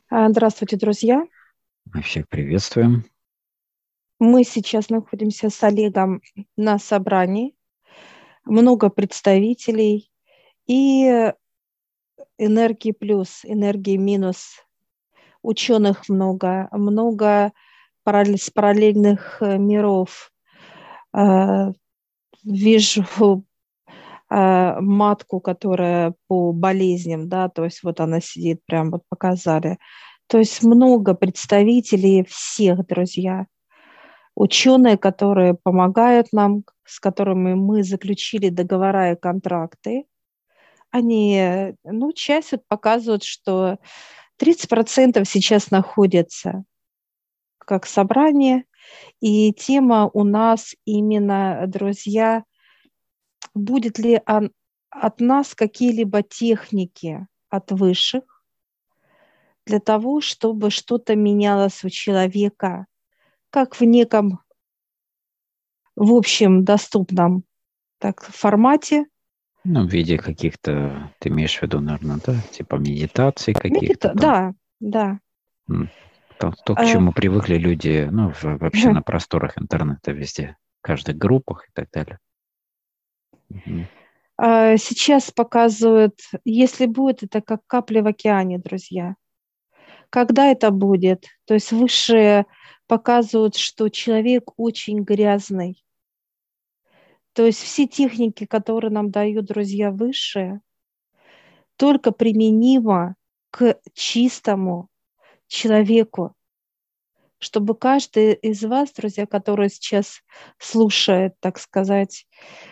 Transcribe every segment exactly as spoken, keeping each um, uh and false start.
А, Здравствуйте, друзья. Мы всех приветствуем. Мы сейчас находимся с Олегом на собрании. Много представителей и энергии плюс, энергии минус. Ученых много, много параллель- с параллельных э, миров. А, Вижу а, матку, которая по болезням, да, то есть вот она сидит, прям вот показали. То есть много представителей всех, друзья. Ученые, которые помогают нам, с которыми мы заключили договора и контракты, они, ну, часть вот показывают, что тридцать процентов сейчас находятся как собрание, и тема у нас именно, друзья, будет ли он- от нас какие-либо техники от высших для того, чтобы что-то менялось у человека, как в неком, в общем, доступном так, формате. Ну, в виде каких-то, ты имеешь в виду, наверное, да, типа медитаций каких-то Медита- там. Да, да. М, То, то, к А, чему привыкли люди, ну, в- вообще на просторах интернета везде, в каждых группах и так далее. Мгм. а, Сейчас показывают, если будет, это как капли в океане, друзья. Когда это будет? То есть высшие показывают, что человек очень грязный. То есть все техники, которые нам дают друзья высшие, только применимо к чистому человеку, чтобы каждый из вас, друзья, который сейчас слушает, так сказать,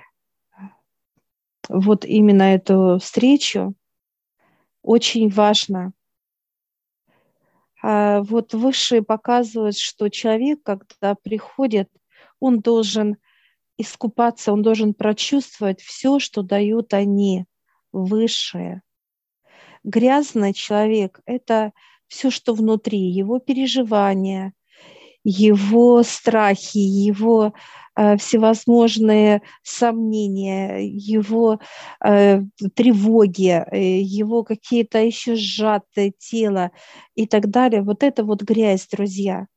вот именно эту встречу, очень важно. А вот высшие показывают, что человек, когда приходит, он должен искупаться, он должен прочувствовать все, что дают они, высшие. Грязный человек – это все, что внутри, его переживания, его страхи, его э, всевозможные сомнения, его э, тревоги, э, его какие-то еще сжатые тела и так далее. Вот это вот грязь, друзья.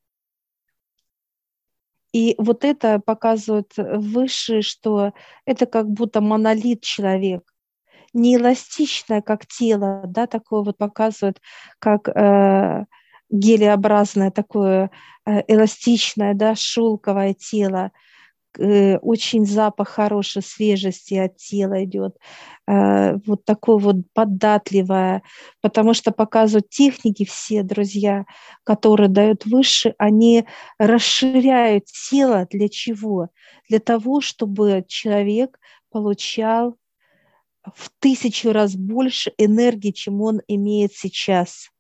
И вот это показывает выше, что это как будто монолит человек, не эластичное, как тело, да, такое вот показывает, как э, гелеобразное такое э, эластичное, да, шелковое тело, э, очень запах хороший, свежести от тела идет, э, вот такое вот податливое, потому что показывают техники все, друзья, которые дают выше, они расширяют тело для чего? Для того, чтобы человек получал в тысячу раз больше энергии, чем он имеет сейчас.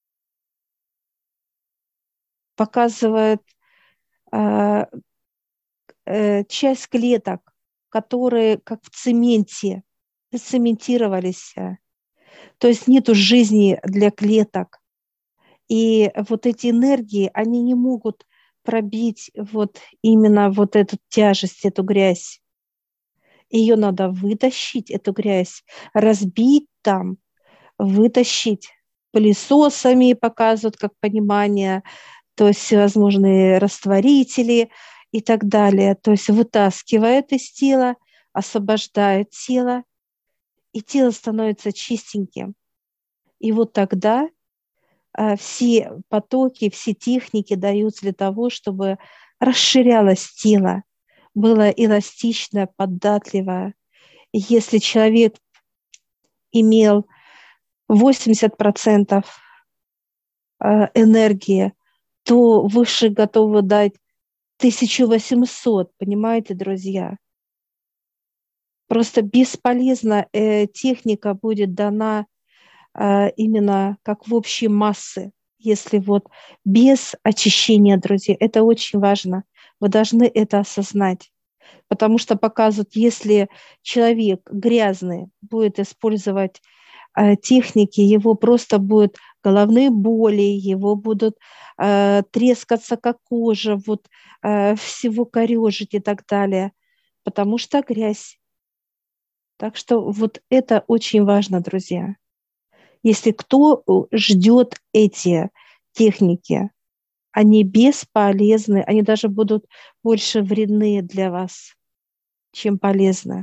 Показывает э, э, часть клеток, которые как в цементе зацементировались. э. То есть нету жизни для клеток. И вот эти энергии, они не могут пробить вот именно вот эту тяжесть, эту грязь. Ее надо вытащить, эту грязь, разбить там, вытащить пылесосами, показывают как понимание, то есть всевозможные растворители и так далее. То есть вытаскивает из тела, освобождает тело, и тело становится чистеньким. И вот тогда а, все потоки, все техники даются для того, чтобы расширялось тело, было эластичное, податливое. И если человек имел восемьдесят процентов э, энергии, то выше готовы дать тысячу восемьсот, понимаете, друзья? Просто бесполезно э, техника будет дана э, именно как в общей массы, если вот без очищения, друзья, это очень важно. Вы должны это осознать, потому что показывают, если человек грязный будет использовать э, техники, его просто будут головные боли, его будут э, трескаться как кожа, вот э, всего корежить и так далее, потому что грязь. Так что вот это очень важно, друзья. Если кто ждет эти техники, они бесполезны, они даже будут больше вредны для вас, чем полезны.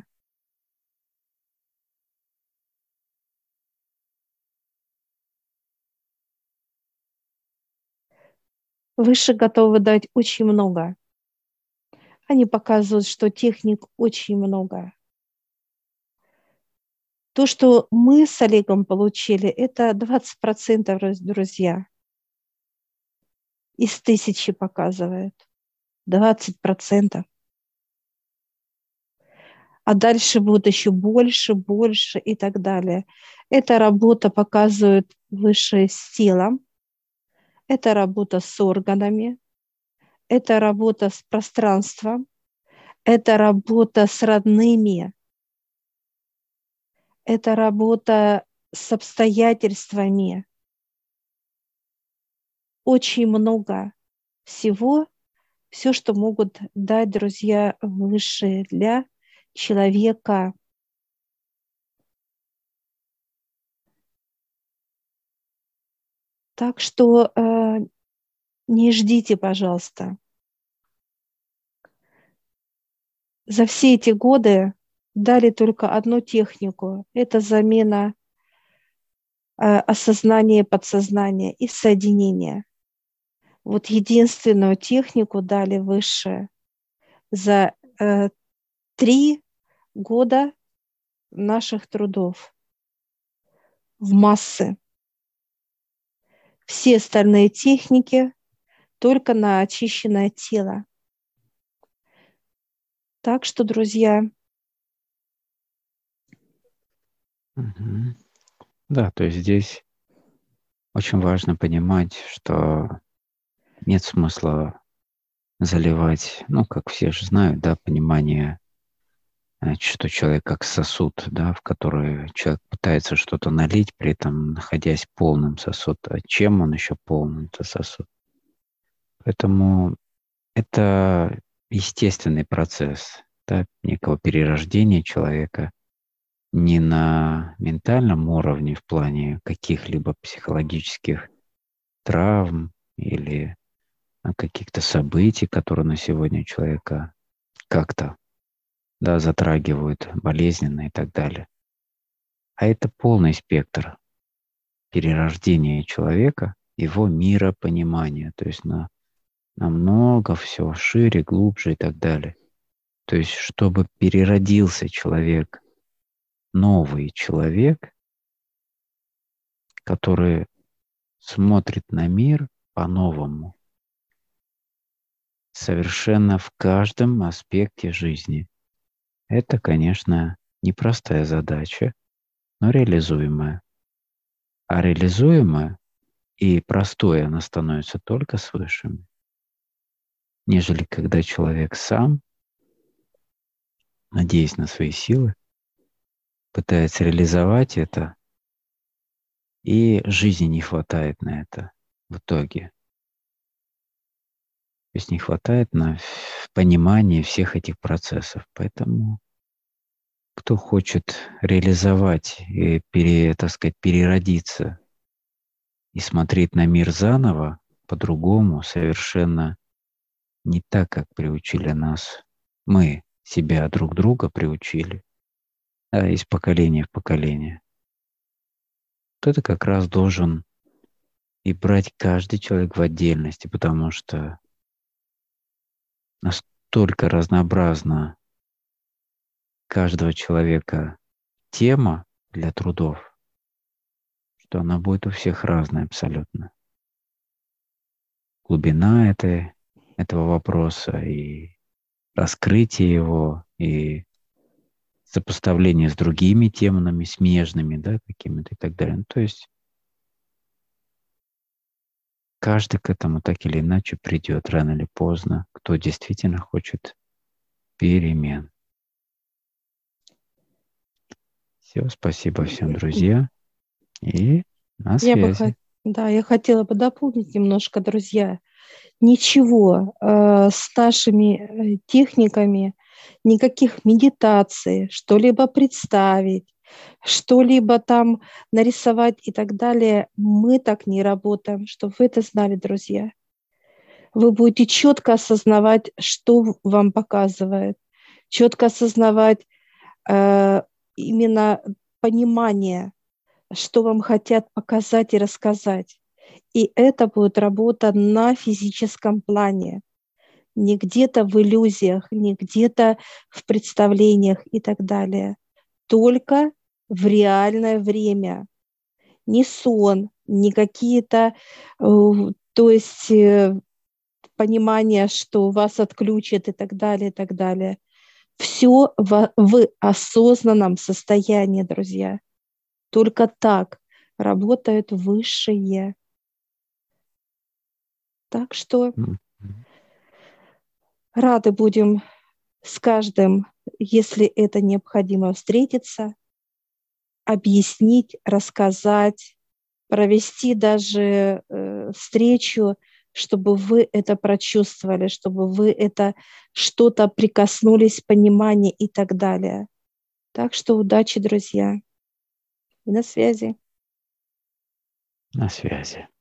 Выше готовы дать очень много. Они показывают, что техник очень много. То, что мы с Олегом получили, это двадцать процентов, друзья. Из тысячи показывает. двадцать процентов. А дальше будет еще больше, больше и так далее. Эта работа показывает выше с телом. Это работа с органами. Это работа с пространством. Это работа с родными. Это работа с обстоятельствами. Очень много всего, все, что могут дать, друзья, высшие для человека. Так что э, не ждите, пожалуйста. За все эти годы дали только одну технику. Это замена э, осознания, подсознания и соединения. Вот единственную технику дали выше за э, три года наших трудов в массы. Все остальные техники только на очищенное тело. Так что, друзья... Угу. Да, то есть здесь очень важно понимать, что нет смысла заливать, ну, как все же знают, да, понимание, что человек как сосуд, да, в который человек пытается что-то налить, при этом находясь полным сосуд. А чем он еще полный, это сосуд? Поэтому это естественный процесс, да, некого перерождения человека не на ментальном уровне в плане каких-либо психологических травм или каких-то событий, которые на сегодня человека как-то, да, затрагивают болезненно и так далее. А это полный спектр перерождения человека, его миропонимания, то есть на намного все шире, глубже и так далее. То есть, чтобы переродился человек, новый человек, который смотрит на мир по-новому, совершенно в каждом аспекте жизни. Это, конечно, непростая задача, но реализуемая. А реализуемая и простое она становится только с высшими, нежели когда человек сам, надеясь на свои силы, пытается реализовать это, и жизни не хватает на это в итоге. То есть не хватает на понимание всех этих процессов. Поэтому кто хочет реализовать и, пере, так сказать, переродиться и смотреть на мир заново, по-другому, совершенно не так, как приучили нас. Мы себя друг друга приучили, а из поколения в поколение. Вот это как раз должен и брать каждый человек в отдельности, потому что настолько разнообразна каждого человека тема для трудов, что она будет у всех разная абсолютно. Глубина этой, этого вопроса и раскрытие его, и сопоставление с другими темами, смежными, да, какими-то и так далее. Ну, то есть каждый к этому так или иначе придет рано или поздно, кто действительно хочет перемен. Все, спасибо всем, друзья, и на связи. Я бы, да, я хотела бы дополнить немножко, друзья. Ничего э, с нашими техниками, никаких медитаций, что-либо представить, что-либо там нарисовать и так далее. Мы так не работаем, чтобы вы это знали, друзья. Вы будете четко осознавать, что вам показывает, четко осознавать э, именно понимание, что вам хотят показать и рассказать. И это будет работа на физическом плане, не где-то в иллюзиях, не где-то в представлениях и так далее. Только в реальное время. Не сон, не какие-то, то есть понимание, что вас отключат и так далее, и так далее. Все в, в осознанном состоянии, друзья. Только так работают высшие. Так что рады будем с каждым, если это необходимо, встретиться, объяснить, рассказать, провести даже э, встречу, чтобы вы это прочувствовали, чтобы вы это что-то прикоснулись, понимание и так далее. Так что удачи, друзья. И на связи. На связи.